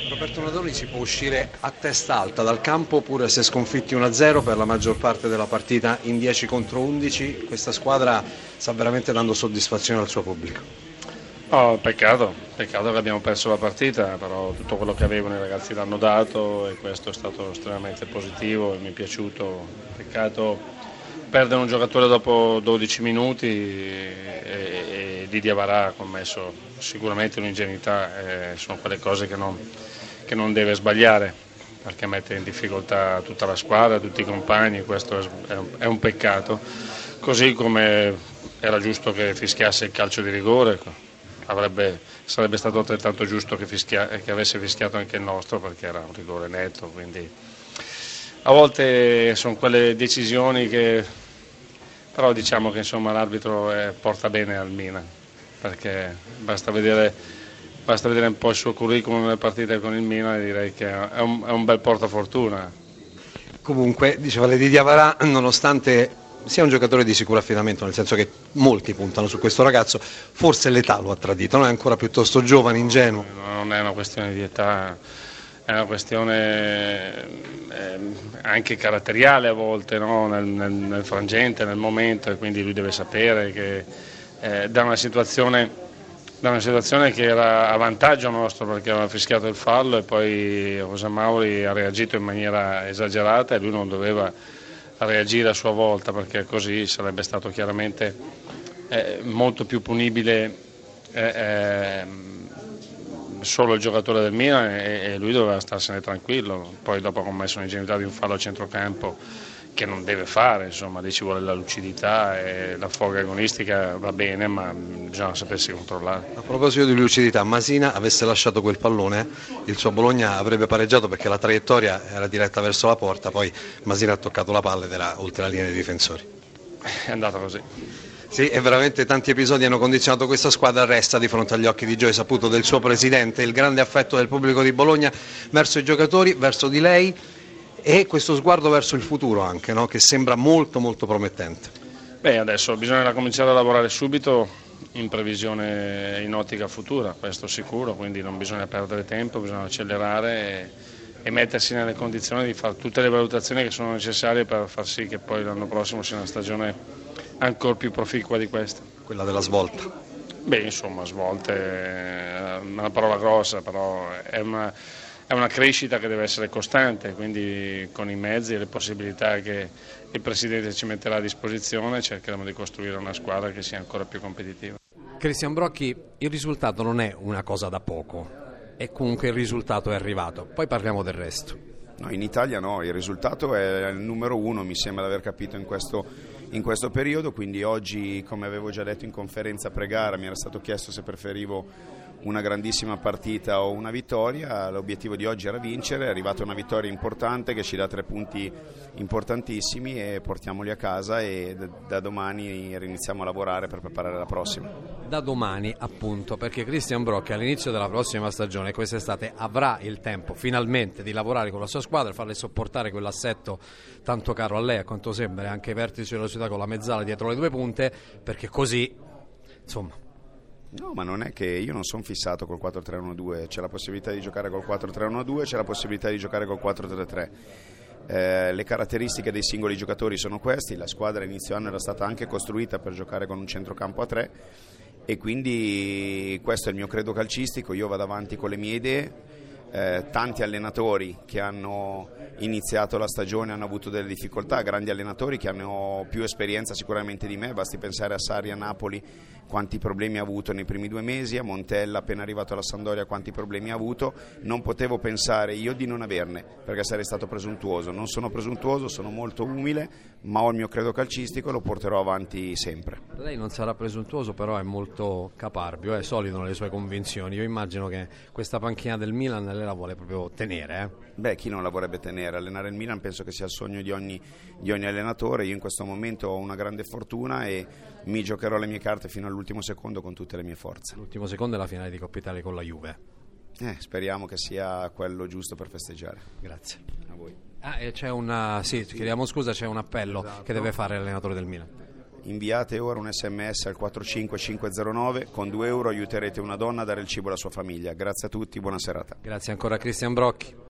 Roberto Nadoni si può uscire a testa alta dal campo pure se sconfitti 1-0 per la maggior parte della partita in 10 contro 11. Questa squadra sta veramente dando soddisfazione al suo pubblico. Oh, peccato che abbiamo perso la partita, però tutto quello che avevano i ragazzi l'hanno dato e questo è stato estremamente positivo e mi è piaciuto. Peccato perdere un giocatore dopo 12 minuti e Didier Varà ha commesso sicuramente un'ingenuità, sono quelle cose che non deve sbagliare perché mette in difficoltà tutta la squadra, tutti i compagni, questo è un peccato, così come era giusto che fischiasse il calcio di rigore. Sarebbe stato altrettanto giusto che avesse fischiato anche il nostro perché era un rigore netto, quindi a volte sono quelle decisioni che però diciamo che insomma l'arbitro porta bene al Milan perché basta vedere un po' il suo curriculum nelle partite con il Milan e direi che è un bel portafortuna. Comunque, diceva Lady Diavara, nonostante sia un giocatore di sicuro affidamento, nel senso che molti puntano su questo ragazzo, forse l'età lo ha tradito, non è ancora piuttosto giovane, ingenuo. Non è una questione di età, è una questione anche caratteriale a volte, no? nel frangente, nel momento, e quindi lui deve sapere che da una situazione che era a vantaggio nostro perché aveva fischiato il fallo e poi José Mauri ha reagito in maniera esagerata e lui non doveva reagire a sua volta perché così sarebbe stato chiaramente molto più punibile solo il giocatore del Milan e lui doveva starsene tranquillo. Poi dopo ha commesso un'ingenuità di un fallo a centrocampo che non deve fare, insomma, lì ci vuole la lucidità e la foga agonistica va bene, ma bisogna sapersi controllare. A proposito di lucidità, Masina avesse lasciato quel pallone, il suo Bologna avrebbe pareggiato perché la traiettoria era diretta verso la porta, poi Masina ha toccato la palla ed era oltre la linea dei difensori. È andata così. Sì, e veramente tanti episodi hanno condizionato questa squadra, resta di fronte agli occhi di Gioia Saputo, del suo presidente, il grande affetto del pubblico di Bologna verso i giocatori, verso di lei, e questo sguardo verso il futuro anche, no? Che sembra molto molto promettente. Beh, adesso bisogna cominciare a lavorare subito in previsione in ottica futura, questo sicuro, quindi non bisogna perdere tempo, bisogna accelerare e mettersi nelle condizioni di fare tutte le valutazioni che sono necessarie per far sì che poi l'anno prossimo sia una stagione ancora più proficua di questa. Quella della svolta. Beh, insomma, svolte è una parola grossa, però è una crescita che deve essere costante, quindi con i mezzi e le possibilità che il Presidente ci metterà a disposizione cercheremo di costruire una squadra che sia ancora più competitiva. Cristian Brocchi, il risultato non è una cosa da poco, e comunque il risultato è arrivato, poi parliamo del resto. No, in Italia no, il risultato è il numero uno, mi sembra di aver capito in questo periodo, quindi oggi, come avevo già detto in conferenza pre-gara, mi era stato chiesto se preferivo una grandissima partita o una vittoria. L'obiettivo di oggi era vincere, è arrivata una vittoria importante che ci dà 3 punti importantissimi e portiamoli a casa e da domani riniziamo a lavorare per preparare la prossima. Da domani appunto, perché Cristian Brocchi all'inizio della prossima stagione, quest'estate, avrà il tempo finalmente di lavorare con la sua squadra, farle sopportare quell'assetto tanto caro a lei, a quanto sembra, anche ai vertici della società con la mezzala dietro le 2 punte, perché così, insomma. No, ma non è che io non sono fissato col 4-3-1-2, c'è la possibilità di giocare col 4-3-1-2, c'è la possibilità di giocare col 4-3-3. Le caratteristiche dei singoli giocatori sono questi, la squadra inizio anno era stata anche costruita per giocare con un centrocampo a 3 e quindi questo è il mio credo calcistico, io vado avanti con le mie idee. Tanti allenatori che hanno iniziato la stagione hanno avuto delle difficoltà, grandi allenatori che hanno più esperienza sicuramente di me, basti pensare a Sarri, a Napoli, quanti problemi ha avuto nei primi 2 mesi, a Montella appena arrivato alla Sampdoria quanti problemi ha avuto. Non potevo pensare io di non averne perché sarei stato presuntuoso, non sono presuntuoso, sono molto umile, ma ho il mio credo calcistico e lo porterò avanti sempre. Lei non sarà presuntuoso, però è molto caparbio, è solido nelle sue convinzioni. Io immagino che questa panchina del Milan lei la vuole proprio tenere. Beh, chi non la vorrebbe tenere? Allenare il Milan penso che sia il sogno di ogni allenatore. Io in questo momento ho una grande fortuna e mi giocherò le mie carte fino all'ultimo secondo con tutte le mie forze. L'ultimo secondo è la finale di Coppa Italia con la Juve. Speriamo che sia quello giusto per festeggiare. Grazie. A voi. C'è chiediamo scusa, c'è un appello che deve fare l'allenatore del Milan. inviate ora un SMS al 45509, con 2 euro aiuterete una donna a dare il cibo alla sua famiglia. Grazie a tutti, buona serata. Grazie ancora a Cristian Brocchi.